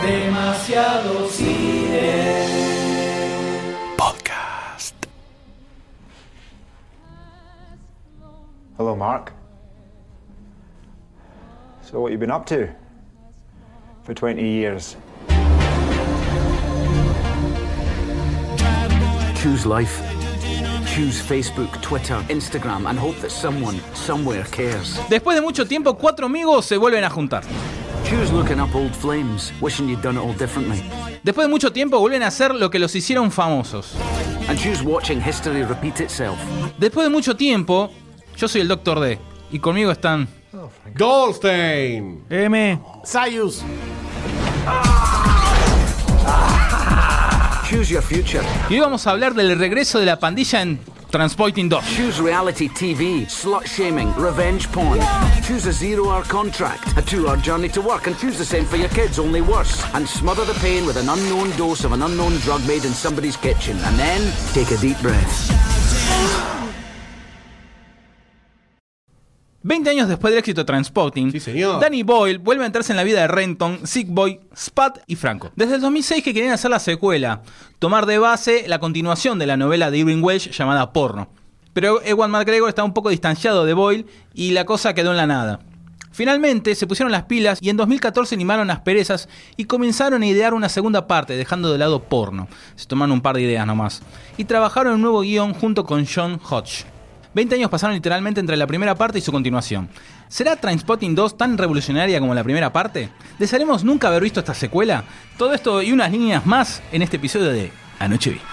Demasiado cine. Podcast. Hello, Mark. So what you been up to for 20 years? Choose life. Choose Facebook, Twitter, Instagram, and hope that someone, somewhere cares. Después de mucho tiempo, 4 amigos se vuelven a juntar. Choose looking up old flames, wishing you'd done it all differently. Después de mucho tiempo, vuelven a hacer lo que los hicieron famosos. And choose watching history repeat itself. Después de mucho tiempo, yo soy el Dr. D. Y conmigo están... Goldstein. M. Sayus. Choose your future. Y hoy vamos a hablar del regreso de la pandilla en Trainspotting 2. Choose reality TV, slut shaming, revenge porn. Choose a 0-hour contract, a 2-hour journey to work, and choose the same for your kids, only worse. And smother the pain with an unknown dose of an unknown drug made in somebody's kitchen. And then, take a deep breath. 20 años después del éxito de Trainspotting, Sí, señor. Danny Boyle vuelve a entrarse en la vida de Renton, Sick Boy, Spud y Franco. Desde el 2006 que querían hacer la secuela, tomar de base la continuación de la novela de Irving Welsh llamada Porno. Pero Ewan McGregor estaba un poco distanciado de Boyle y la cosa quedó en la nada. Finalmente se pusieron las pilas y en 2014 limaron asperezas y comenzaron a idear una segunda parte, dejando de lado Porno. Se tomaron un par de ideas nomás. Y trabajaron en un nuevo guión junto con John Hodge. 20 años pasaron literalmente entre la primera parte y su continuación. ¿Será Trainspotting 2 tan revolucionaria como la primera parte? ¿Desearemos nunca haber visto esta secuela? Todo esto y unas líneas más en este episodio de Anoche Vi.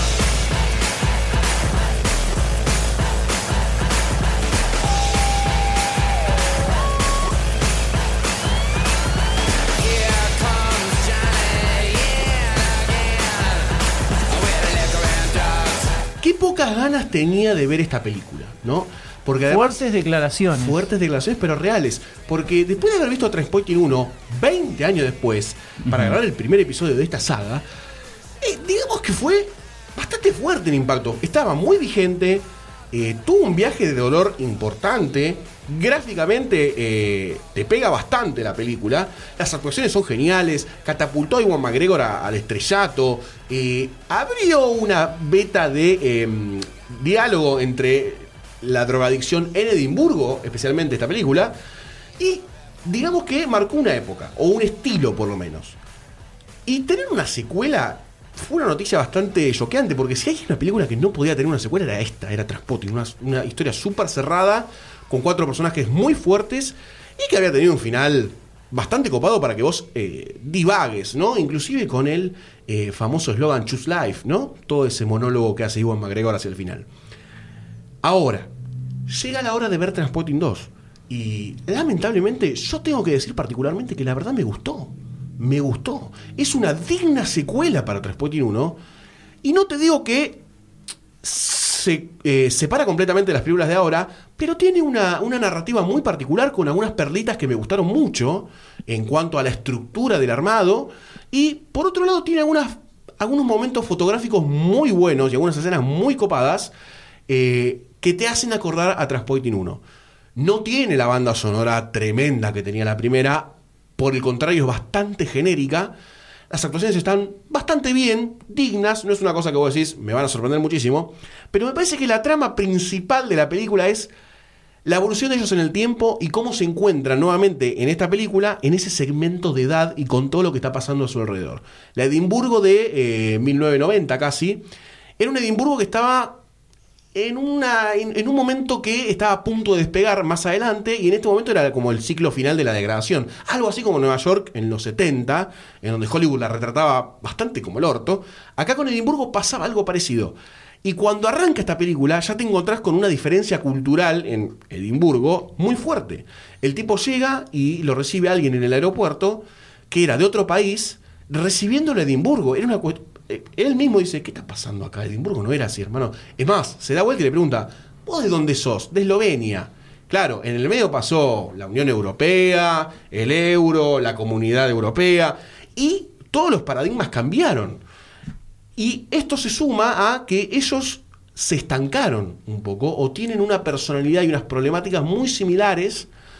Qué pocas ganas tenía de ver esta película, ¿no? Porque además, Fuertes declaraciones, pero reales. Porque después de haber visto Trainspotting 1, 20 años después, para grabar el primer episodio de esta saga, digamos que fue bastante fuerte el impacto. Estaba muy vigente, tuvo un viaje de dolor importante, gráficamente te pega bastante la película, las actuaciones son geniales, catapultó a Ewan McGregor al estrellato, abrió una beta de diálogo entre la drogadicción en Edimburgo, especialmente esta película, y digamos que marcó una época, o un estilo por lo menos. Y tener una secuela fue una noticia bastante choqueante, porque si hay una película que no podía tener una secuela era esta, era Trainspotting, una historia súper cerrada, con 4 personajes muy fuertes, y que había tenido un final bastante copado para que vos divagues, ¿no? Inclusive con el famoso eslogan Choose Life, ¿no? Todo ese monólogo que hace Ewan McGregor hacia el final. Ahora, llega la hora de ver Trainspotting 2, y lamentablemente yo tengo que decir particularmente que la verdad me gustó. Me gustó. Es una digna secuela para Trainspotting 1. Y no te digo que se separa completamente de las películas de ahora, pero tiene una narrativa muy particular con algunas perlitas que me gustaron mucho en cuanto a la estructura del armado. Y por otro lado tiene algunos momentos fotográficos muy buenos y algunas escenas muy copadas que te hacen acordar a Trainspotting 1. No tiene la banda sonora tremenda que tenía la primera. Por el contrario, es bastante genérica. Las actuaciones están bastante bien, dignas. No es una cosa que vos decís, me van a sorprender muchísimo. Pero me parece que la trama principal de la película es la evolución de ellos en el tiempo y cómo se encuentran nuevamente en esta película, en ese segmento de edad y con todo lo que está pasando a su alrededor. La Edimburgo de 1990 casi, era un Edimburgo que estaba en un momento que estaba a punto de despegar más adelante, y en este momento era como el ciclo final de la degradación. Algo así como Nueva York en los 70, en donde Hollywood la retrataba bastante como el orto. Acá con Edimburgo pasaba algo parecido. Y cuando arranca esta película ya te encontrás con una diferencia cultural en Edimburgo muy fuerte. El tipo llega y lo recibe alguien en el aeropuerto que era de otro país, recibiéndolo en Edimburgo. Era una cuestión. Él mismo dice, ¿qué está pasando acá? Edimburgo no era así, hermano. Es más, se da vuelta y le pregunta, ¿vos de dónde sos? De Eslovenia. Claro, en el medio pasó la Unión Europea, el euro, la Comunidad Europea, y todos los paradigmas cambiaron. Y esto se suma a que ellos se estancaron un poco, o tienen una personalidad y unas problemáticas muy similares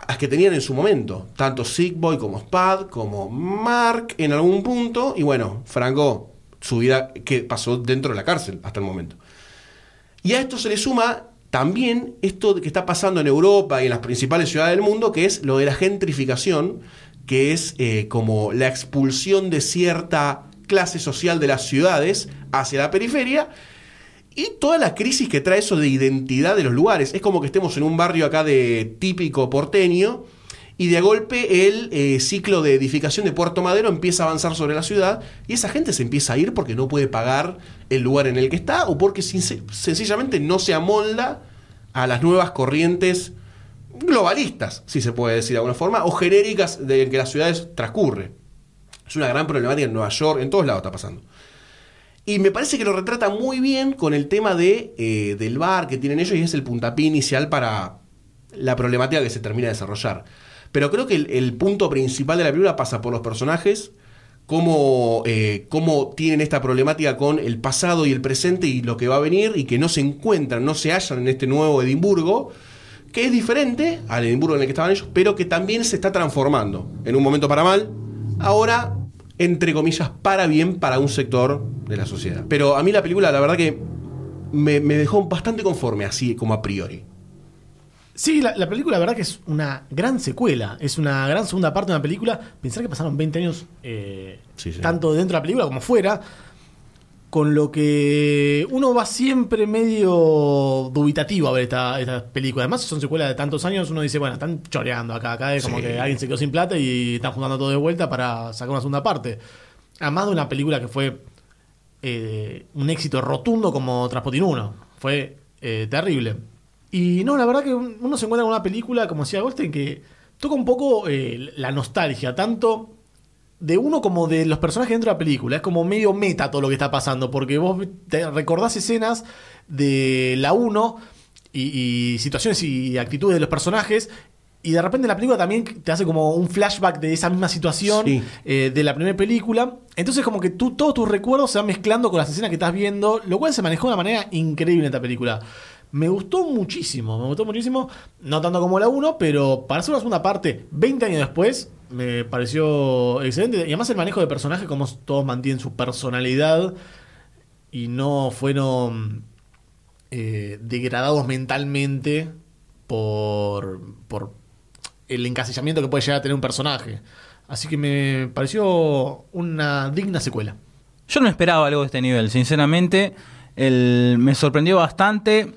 que tenían en su momento, tanto Sick Boy como Spud, como Mark en algún punto, y bueno, Franco, su vida que pasó dentro de la cárcel hasta el momento. Y a esto se le suma también esto que está pasando en Europa y en las principales ciudades del mundo, que es lo de la gentrificación, que es como la expulsión de cierta clase social de las ciudades hacia la periferia, y toda la crisis que trae eso de identidad de los lugares. Es como que estemos en un barrio acá de típico porteño, y de golpe el ciclo de edificación de Puerto Madero empieza a avanzar sobre la ciudad, y esa gente se empieza a ir porque no puede pagar el lugar en el que está, o porque sencillamente no se amolda a las nuevas corrientes globalistas, si se puede decir de alguna forma, o genéricas de que las ciudades transcurre. Es una gran problemática en Nueva York, en todos lados está pasando. Y me parece que lo retrata muy bien con el tema del bar que tienen ellos, y es el puntapié inicial para la problemática que se termina de desarrollar. Pero creo que el punto principal de la película pasa por los personajes, cómo tienen esta problemática con el pasado y el presente y lo que va a venir, y que no se encuentran, no se hallan en este nuevo Edimburgo, que es diferente al Edimburgo en el que estaban ellos, pero que también se está transformando. En un momento para mal, ahora, entre comillas, para bien para un sector de la sociedad. Pero a mí la película, la verdad que me dejó bastante conforme, así como a priori. Sí, la película, la verdad que es una gran secuela. Es una gran segunda parte de una película. Pensar que pasaron 20 años, Sí. tanto dentro de la película como fuera, con lo que uno va siempre medio dubitativo a ver esta película. Además, son secuelas de tantos años, uno dice, bueno, están choreando acá es como que alguien se quedó sin plata y están juntando todo de vuelta para sacar una segunda parte. Además de una película que fue un éxito rotundo como Trainspotting 1. Fue terrible. Y no, la verdad que uno se encuentra con una película, como decía Goldstein, que toca un poco la nostalgia, tanto de uno como de los personajes dentro de la película. Es como medio meta todo lo que está pasando, porque vos te recordás escenas de la 1 y situaciones y actitudes de los personajes, y de repente la película también te hace como un flashback de esa misma situación, sí, de la primera película. Entonces como que todos tus recuerdos se van mezclando con las escenas que estás viendo, lo cual se manejó de una manera increíble en esta película. Me gustó muchísimo, no tanto como la 1, pero para hacer una segunda parte, 20 años después, me pareció excelente. Y además el manejo de personajes, como todos mantienen su personalidad y no fueron degradados mentalmente por el encasillamiento que puede llegar a tener un personaje. Así que me pareció una digna secuela. Yo no esperaba algo de este nivel, sinceramente. Me sorprendió bastante.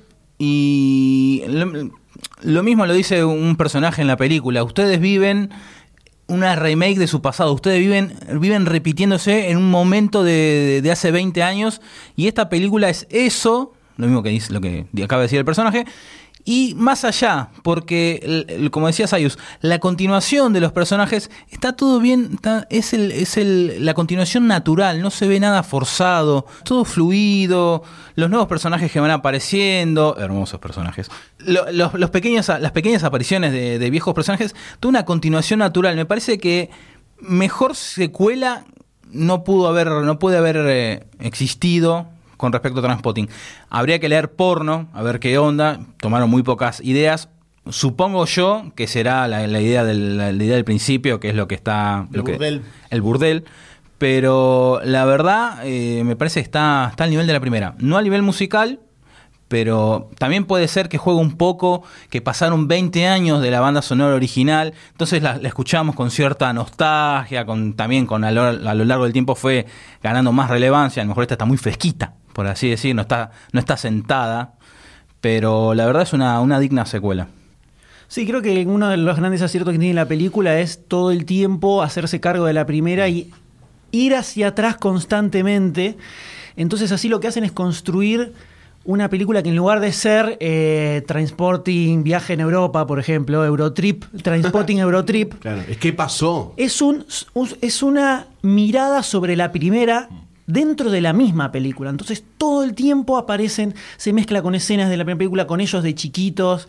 Y lo mismo lo dice un personaje en la película. Ustedes viven una remake de su pasado. Ustedes viven repitiéndose en un momento de hace 20 años. Y esta película es eso, lo mismo que dice, lo que acaba de decir el personaje. Y más allá, porque, como decía Sayus, la continuación de los personajes está todo bien, es la continuación natural, no se ve nada forzado, todo fluido, los nuevos personajes que van apareciendo, hermosos personajes, las pequeñas apariciones de viejos personajes, toda una continuación natural. Me parece que mejor secuela no puede haber existido con respecto a Trainspotting. Habría que leer Porno, a ver qué onda. Tomaron muy pocas ideas. Supongo yo que será la idea del principio, que es lo que está... El burdel. Pero la verdad, me parece que está al nivel de la primera. No a nivel musical, pero también puede ser que juegue un poco, que pasaron 20 años de la banda sonora original, entonces la escuchamos con cierta nostalgia, también a lo largo del tiempo fue ganando más relevancia. A lo mejor esta está muy fresquita, por así decir, no está sentada, pero la verdad es una digna secuela. Sí, creo que uno de los grandes aciertos que tiene la película es todo el tiempo hacerse cargo de la primera y ir hacia atrás constantemente. Entonces así lo que hacen es construir una película que en lugar de ser Trainspotting, Viaje en Europa, por ejemplo, Eurotrip, Trainspotting, Eurotrip. Claro, es que pasó. Es una mirada sobre la primera dentro de la misma película. Entonces todo el tiempo se mezcla con escenas de la primera película, con ellos de chiquitos,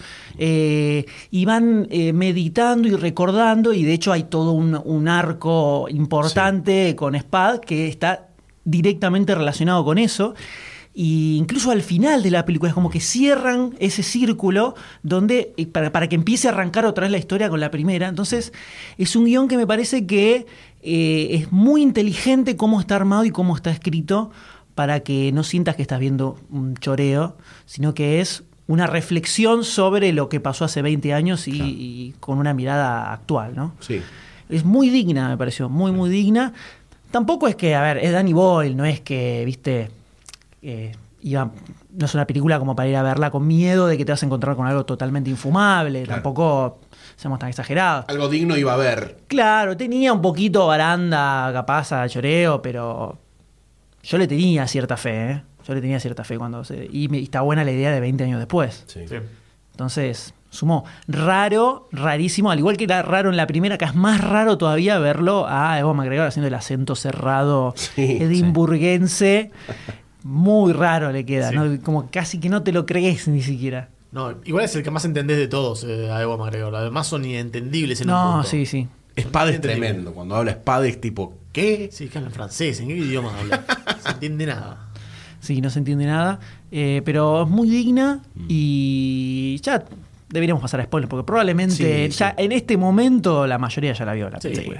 y van meditando y recordando, y de hecho hay todo un arco importante con Spud que está directamente relacionado con eso. Y incluso al final de la película es como que cierran ese círculo donde para que empiece a arrancar otra vez la historia con la primera. Entonces es un guión que me parece que es muy inteligente cómo está armado y cómo está escrito para que no sientas que estás viendo un choreo, sino que es una reflexión sobre lo que pasó hace 20 años y con una mirada actual, ¿no? Sí. Es muy digna, me pareció, muy, muy digna. Tampoco es que, a ver, es Danny Boyle, no es que, viste, no es una película como para ir a verla con miedo de que te vas a encontrar con algo totalmente infumable, Claro. Tampoco seamos tan exagerados. Algo digno iba a haber. Claro, tenía un poquito baranda capaz a choreo, pero yo le tenía cierta fe, ¿eh? Yo le tenía cierta fe y está buena la idea de 20 años después. Sí. Sí. Entonces, sumó raro, rarísimo, al igual que era raro en la primera, acá es más raro todavía verlo a Ewan McGregor haciendo el acento cerrado edimburguense. Muy raro le queda, Sí. ¿no? Como casi que no te lo crees ni siquiera. No, igual es el que más entendés de todos, a Ewan McGregor. Además son inentendibles en un No, punto. sí. Spade es tremendo. Cuando habla Spade es tipo, ¿qué? Sí, que habla en francés. ¿En qué idioma habla? No se entiende nada. Sí, no se entiende nada. Pero es muy digna y ya deberíamos pasar a spoilers, porque probablemente Sí, ya en este momento la mayoría ya la vio la Sí. película.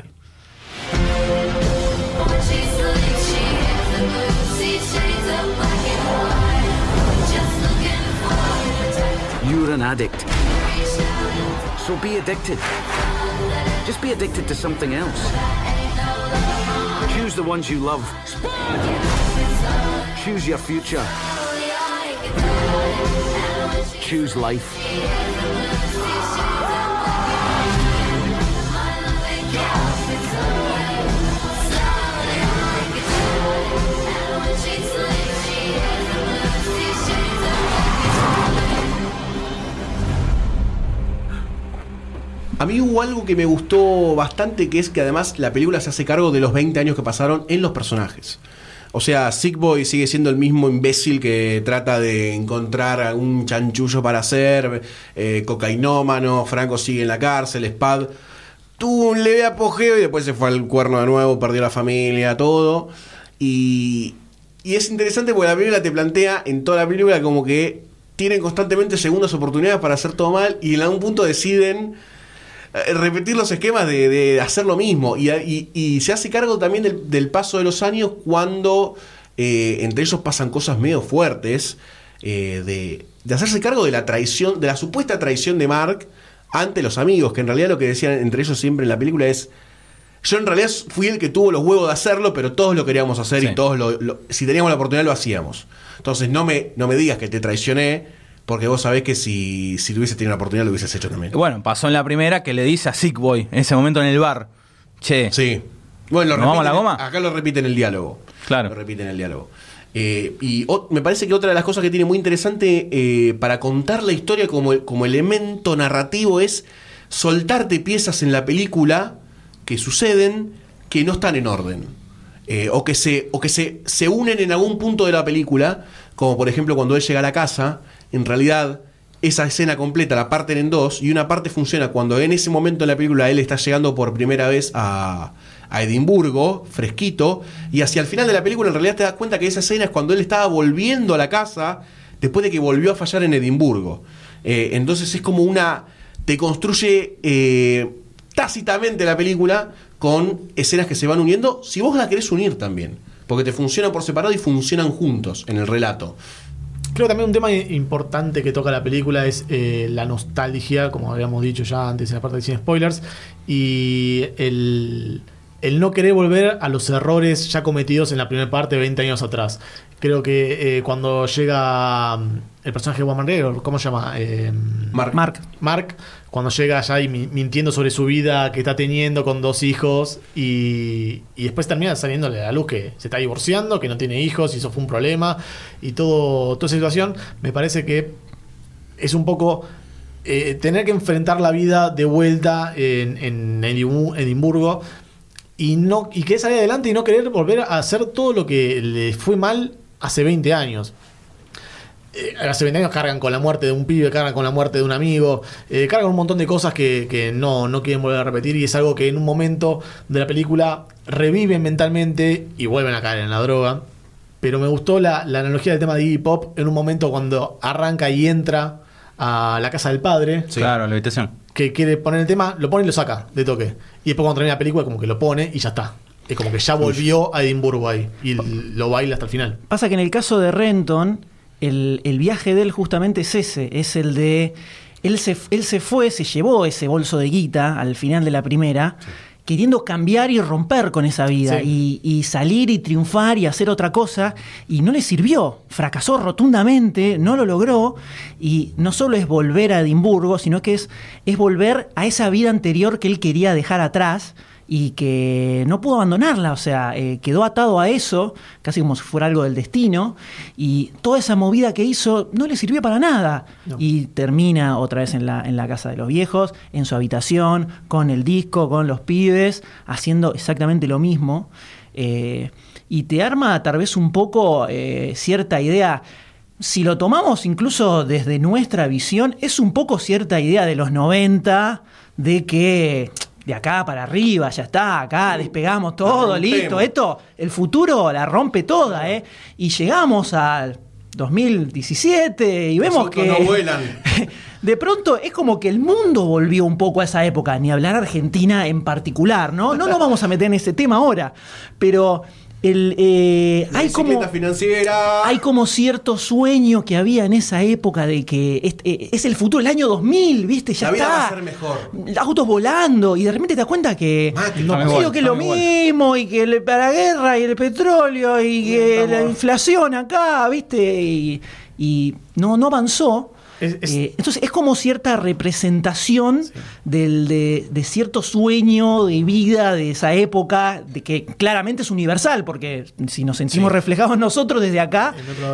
You're an addict. So be addicted. Just be addicted to something else. Choose the ones you love. Choose your future. Choose life. A mí hubo algo que me gustó bastante, que es que además la película se hace cargo de los 20 años que pasaron en los personajes. O sea, Sick Boy sigue siendo el mismo imbécil que trata de encontrar un chanchullo para hacer, cocainómano, Franco sigue en la cárcel, Spad tuvo un leve apogeo y después se fue al cuerno de nuevo, perdió la familia, todo. Y es interesante porque la película te plantea en toda la película como que tienen constantemente segundas oportunidades para hacer todo mal y en algún punto deciden repetir los esquemas de hacer lo mismo y se hace cargo también del paso de los años cuando entre ellos pasan cosas medio fuertes, de hacerse cargo de la traición, de la supuesta traición de Mark ante los amigos, que en realidad lo que decían entre ellos siempre en la película es: yo en realidad fui el que tuvo los huevos de hacerlo, pero todos lo queríamos hacer y todos si teníamos la oportunidad lo hacíamos. Entonces no me digas que te traicioné, porque vos sabés que si tuviese tenido la oportunidad lo hubieses hecho también. Bueno, pasó en la primera que le dice a Sick Boy en ese momento en el bar: che, Sí. Bueno, ¿Nos vamos a la goma? Acá lo repiten el diálogo. Claro. Lo repiten el diálogo. Me parece que otra de las cosas que tiene muy interesante para contar la historia como elemento narrativo es soltarte piezas en la película que suceden que no están en orden. O que se unen en algún punto de la película, como por ejemplo cuando él llega a la casa. En realidad esa escena completa la parten en dos y una parte funciona cuando en ese momento de la película él está llegando por primera vez a Edimburgo, fresquito, y hacia el final de la película en realidad te das cuenta que esa escena es cuando él estaba volviendo a la casa después de que volvió a fallar en Edimburgo. Entonces es como te construye tácitamente la película con escenas que se van uniendo, si vos la querés unir también, porque te funcionan por separado y funcionan juntos en el relato. Creo que también un tema importante que toca la película es la nostalgia, como habíamos dicho ya antes en la parte de sin spoilers, y el no querer volver a los errores ya cometidos en la primera parte 20 años atrás. Creo que cuando llega el personaje de Ewan McGregor, ¿cómo se llama? Mark, cuando llega allá y mintiendo sobre su vida que está teniendo con 2 hijos y después termina saliéndole a la luz que se está divorciando, que no tiene hijos y eso fue un problema y toda esa situación, me parece que es un poco tener que enfrentar la vida de vuelta en Edimburgo y querer salir adelante y no querer volver a hacer todo lo que le fue mal hace 20 años. Hace 20 años cargan con la muerte de un pibe, cargan con la muerte de un amigo, cargan un montón de cosas que no quieren volver a repetir y es algo que en un momento de la película reviven mentalmente y vuelven a caer en la droga. pero me gustó la analogía del tema de Iggy Pop en un momento cuando arranca y entra a la casa del padre. Sí. Claro, la habitación. Que quiere poner el tema, lo pone y lo saca de toque. Y después cuando termina la película como que lo pone y ya está. Es como que ya volvió a Edimburgo ahí y lo baila hasta el final. Pasa que en el caso de Renton, el viaje de él justamente es ese, es el de... Él se fue, se llevó ese bolso de guita al final de la primera, queriendo cambiar y romper con esa vida, y salir y triunfar y hacer otra cosa, y no le sirvió, fracasó rotundamente, no lo logró, y no solo es volver a Edimburgo, sino que es volver a esa vida anterior que él quería dejar atrás, y que no pudo abandonarla, o sea, quedó atado a eso, casi como si fuera algo del destino, y toda esa movida que hizo no le sirvió para nada, y termina otra vez en la casa de los viejos, en su habitación, con el disco, con los pibes, haciendo exactamente lo mismo, y te arma tal vez un poco cierta idea. Si lo tomamos incluso desde nuestra visión, es un poco cierta idea de los 90, de que... de acá para arriba, ya está, acá despegamos todo, listo, esto, el futuro la rompe toda, y llegamos al 2017 y vemos que no vuelan. De pronto es como que el mundo volvió un poco a esa época, ni hablar Argentina en particular, ¿no? No nos vamos a meter en ese tema ahora, pero... hay como cierto sueño que había en esa época de que es el futuro, el año 2000, ¿viste? Ya la vida está. va a ser mejor. Autos volando, y de repente te das cuenta que digo que es lo mismo, y que para la guerra y el petróleo y que la inflación acá, ¿viste? Y no avanzó. Entonces es como cierta representación de cierto sueño de vida de esa época, de que claramente es universal, porque si nos sentimos reflejados nosotros desde acá,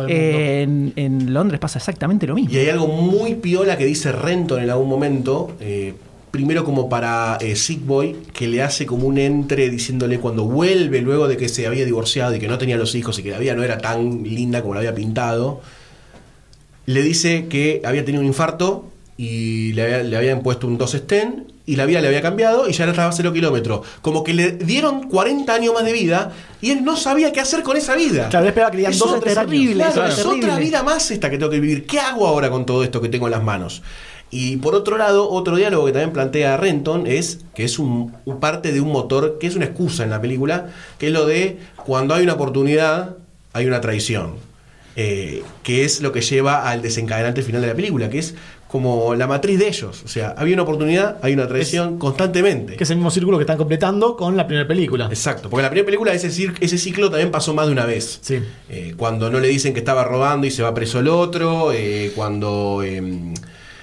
en Londres pasa exactamente lo mismo. Y hay algo muy piola que dice Renton en algún momento, primero como para Sick Boy, que le hace como un entre diciéndole cuando vuelve luego de que se había divorciado y que no tenía los hijos y que la vida no era tan linda como la había pintado. Le dice que había tenido un infarto y le habían puesto un 2 stent y la vida le había cambiado y ya estaba a 0 kilómetros. Como que le dieron 40 años más de vida y él no sabía qué hacer con esa vida. Claro, esperaba que le dieran 2 o 3 años. Claro, es otra vida más esta que tengo que vivir. ¿Qué hago ahora con todo esto que tengo en las manos? Y por otro lado, otro diálogo que también plantea Renton es que es parte de un motor, que es una excusa en la película, que es lo de cuando hay una oportunidad, hay una traición. Que es lo que lleva al desencadenante final de la película, que es como la matriz de ellos. O sea, había una oportunidad, hay una traición constantemente. Que es el mismo círculo que están completando con la primera película. Exacto, porque en la primera película ese ciclo también pasó más de una vez. Sí. Cuando no le dicen que estaba robando y se va preso el otro, cuando... en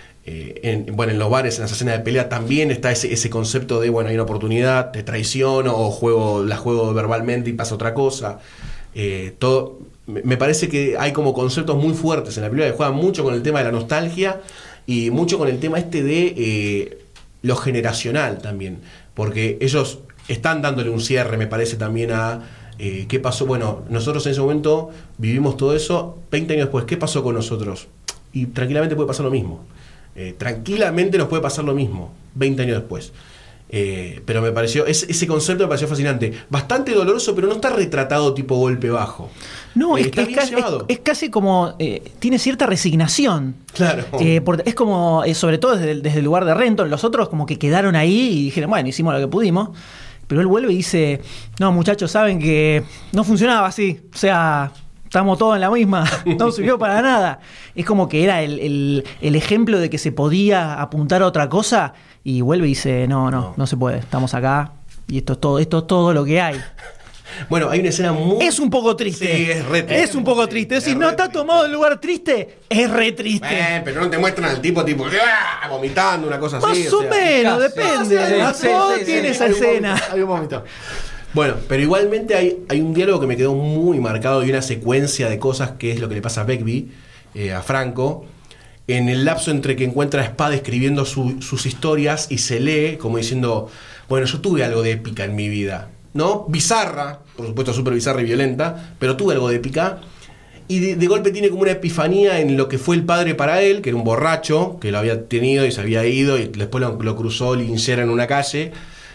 los bares, en las escenas de pelea también está ese concepto de, bueno, hay una oportunidad, te traiciono o la juego verbalmente y pasa otra cosa. Todo... Me parece que hay como conceptos muy fuertes en la película que juegan mucho con el tema de la nostalgia y mucho con el tema de lo generacional también, porque ellos están dándole un cierre, me parece, también a qué pasó. Bueno, nosotros en ese momento vivimos todo eso, 20 años después, ¿qué pasó con nosotros? Y tranquilamente puede pasar lo mismo. Tranquilamente nos puede pasar lo mismo 20 años después. Pero me pareció, ese concepto me pareció fascinante, bastante doloroso, pero no está retratado tipo golpe bajo. No, es casi como tiene cierta resignación. Claro. Es como, sobre todo desde el lugar de Renton, los otros como que quedaron ahí y dijeron, bueno, hicimos lo que pudimos. Pero él vuelve y dice, no, muchachos, saben que no funcionaba así. O sea, estamos todos en la misma, no sirvió para nada. Es como que era el ejemplo de que se podía apuntar a otra cosa, y vuelve y dice, no se puede, estamos acá y esto es todo lo que hay. Bueno, hay una escena muy... Es un poco triste. Sí, es re triste. Es un poco triste. Es decir, no está tomado el lugar triste, es re triste. Pero no te muestran al tipo vomitando, una cosa así. Más o menos, depende. Todo tiene esa escena. Hay un vómito. Bueno, pero igualmente hay un diálogo que me quedó muy marcado y una secuencia de cosas que es lo que le pasa a Begbie, a Franco, en el lapso entre que encuentra a Spade escribiendo sus historias y se lee como diciendo, bueno, yo tuve algo de épica en mi vida, ¿no? Bizarra, por supuesto súper bizarra y violenta, pero tuve algo de épica. Y de golpe tiene como una epifanía en lo que fue el padre para él, que era un borracho, que lo había tenido y se había ido y después lo cruzó Linchera en una calle.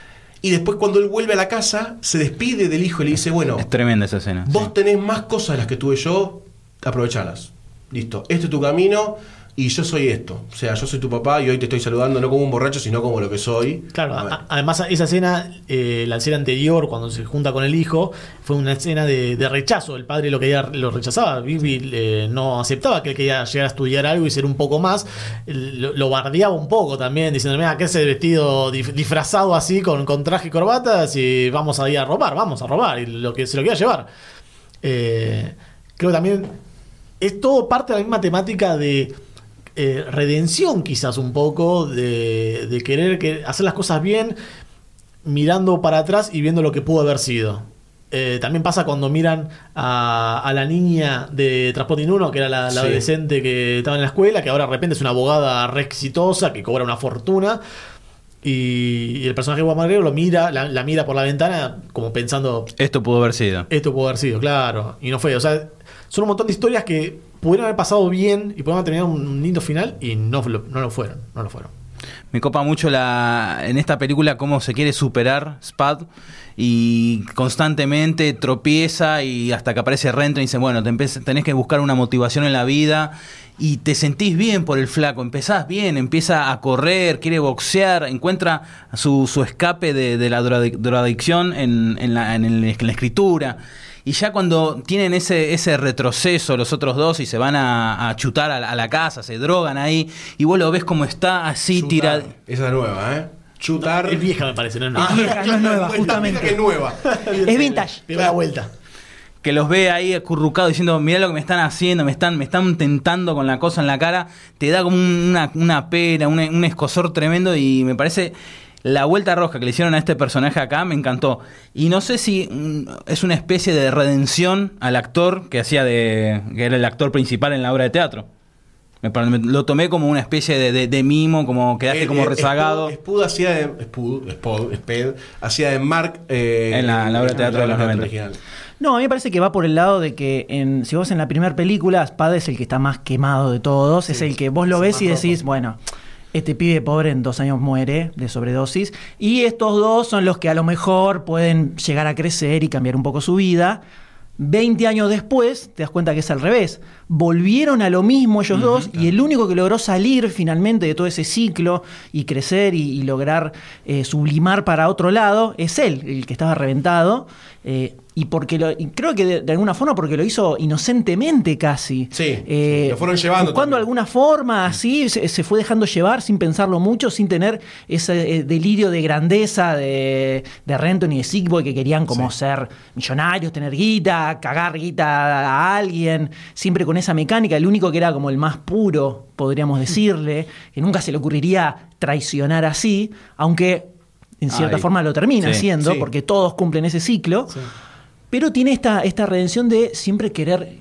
Y después cuando él vuelve a la casa, se despide del hijo y le dice, bueno, Es tremenda esa escena. vos sí. tenés más cosas de las que tuve yo, aprovechalas. Listo, este es tu camino y yo soy esto. O sea, yo soy tu papá y hoy te estoy saludando no como un borracho, sino como lo que soy. Claro, A ver. además esa escena, la escena anterior, cuando se junta con el hijo, fue una escena de rechazo. El padre lo rechazaba. Bibi no aceptaba que él quería llegar a estudiar algo y ser un poco más. Lo bardeaba un poco también, diciendo, mira, ¿qué es ese vestido disfrazado así con traje y corbata? Si vamos a ir a robar. Y lo que se lo quería llevar. Creo que también es todo parte de la misma temática de redención, quizás un poco, de querer hacer las cosas bien, mirando para atrás y viendo lo que pudo haber sido. También pasa cuando miran a la niña de Trainspotting 1, que era la Sí. adolescente que estaba en la escuela, que ahora de repente es una abogada re exitosa, que cobra una fortuna. Y el personaje de Ewan McGregor lo mira, la mira por la ventana, como pensando, Esto pudo haber sido. esto pudo haber sido, claro. Y no fue. O sea, son un montón de historias que pudieron haber pasado bien y pudieron haber tenido un lindo final y no lo fueron. Me copa mucho en esta película cómo se quiere superar Spud y constantemente tropieza y hasta que aparece Renton y dice, bueno, tenés que buscar una motivación en la vida y te sentís bien por el flaco, empezás bien, empieza a correr, quiere boxear, encuentra su escape de la drogadicción en la escritura. Y ya cuando tienen ese retroceso los otros dos y se van a chutar a la casa, se drogan ahí, y vos lo ves como está así Chutar. tirado. Esa es nueva, ¿eh? Chutar. Es vieja, me parece, no es Ah, nueva. vieja, no es nueva, Está justamente. vieja que es nueva. Es vintage. Pegó la vuelta. Que los ve ahí acurrucados diciendo, mirá lo que me están haciendo, me están tentando con la cosa en la cara, te da como una pena, un escozor tremendo, y me parece la vuelta roja que le hicieron a este personaje acá me encantó. Y no sé si es una especie de redención al actor que era el actor principal en la obra de teatro. Lo tomé como una especie de mimo, como quedaste como rezagado. Spud hacía de Mark En la obra de teatro de los 90. original. No, a mí me parece que va por el lado de que si vos en la primera película, Spud es el que está más quemado de todos, es el que vos lo ves y decís, bueno, este pibe pobre en 2 años muere de sobredosis, y estos dos son los que a lo mejor pueden llegar a crecer y cambiar un poco su vida. 20 años después te das cuenta que es al revés. Volvieron a lo mismo ellos dos, y el único que logró salir finalmente de todo ese ciclo y crecer y lograr sublimar para otro lado es él, el que estaba reventado. Y creo que de alguna forma porque lo hizo inocentemente casi. Sí, lo fueron llevando buscando también. alguna forma así, se fue dejando llevar sin pensarlo mucho, sin tener ese delirio de grandeza de Renton y de Sickboy, que querían como ser millonarios, tener guita, cagar guita a alguien, siempre con esa mecánica. El único que era como el más puro, podríamos decirle, que nunca se le ocurriría traicionar así, aunque en cierta forma lo termina haciendo, porque todos cumplen ese ciclo. Sí. Pero tiene esta redención de siempre querer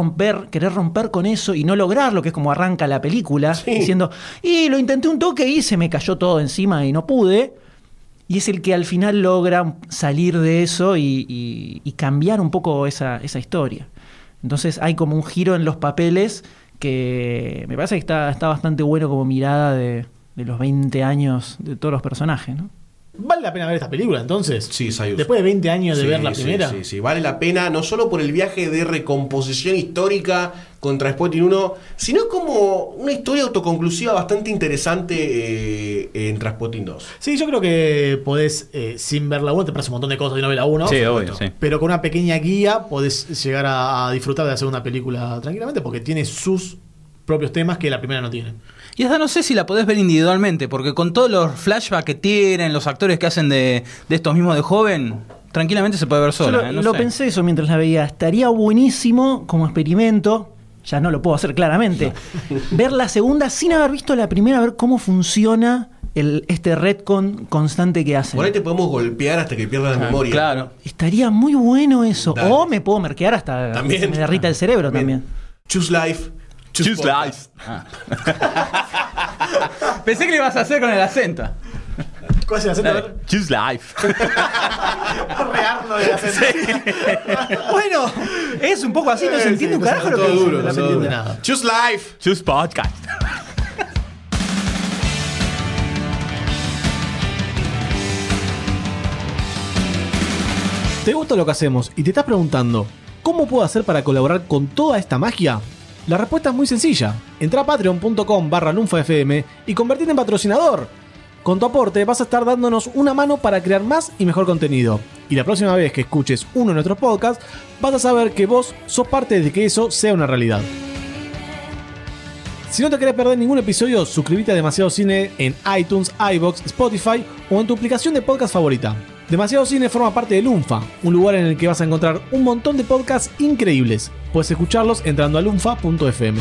romper con eso y no lograrlo, que es como arranca la película, diciendo, y lo intenté un toque y se me cayó todo encima y no pude. Y es el que al final logra salir de eso y cambiar un poco esa historia. Entonces hay como un giro en los papeles que me parece que está bastante bueno como mirada de los 20 años de todos los personajes, ¿no? ¿Vale la pena ver esta película entonces? Sí, Sayus. Después de 20 años de ver la primera. Sí, vale la pena, no solo por el viaje de recomposición histórica con Trainspotting 1, sino como una historia autoconclusiva bastante interesante en Trainspotting 2. Sí, yo creo que podés, sin ver la 1, te pasa un montón de cosas de no ver la 1. Sí, obvio, sí. Pero con una pequeña guía podés llegar a disfrutar de hacer una película tranquilamente, porque tiene sus propios temas que la primera no tiene. Y hasta no sé si la podés ver individualmente, porque con todos los flashbacks que tienen, los actores que hacen de estos mismos de joven, tranquilamente se puede ver sola. Yo lo pensé eso mientras la veía. Estaría buenísimo como experimento, ya no lo puedo hacer claramente, ver la segunda sin haber visto la primera, ver cómo funciona este retcon constante que hacen. Por ahí te podemos golpear hasta que pierdas la memoria. Claro. Estaría muy bueno eso. Dale. O me puedo merquear hasta También. que me derrita el cerebro también. Choose life. Choose life. Pensé que lo ibas a hacer con el acento. ¿Cuál es el acento? Choose life. Rearlo del acento. Bueno, es un poco así, no se entiende un carajo lo que Todo dice duro, la todo película. duro. Nada. Choose life. Choose podcast. ¿Te gusta lo que hacemos y te estás preguntando cómo puedo hacer para colaborar con toda esta magia? La respuesta es muy sencilla. Entra a patreon.com/lunfafm y convertirte en patrocinador. Con tu aporte vas a estar dándonos una mano para crear más y mejor contenido. Y la próxima vez que escuches uno de nuestros podcasts, vas a saber que vos sos parte de que eso sea una realidad. Si no te querés perder ningún episodio, suscríbete a Demasiado Cine en iTunes, iVoox, Spotify o en tu aplicación de podcast favorita. Demasiado Cine forma parte de Lunfa, un lugar en el que vas a encontrar un montón de podcasts increíbles. Puedes escucharlos entrando a lunfa.fm.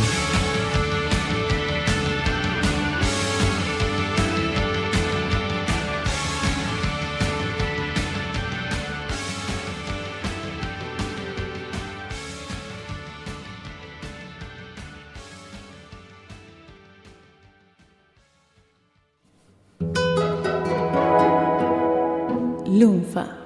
Lunfa.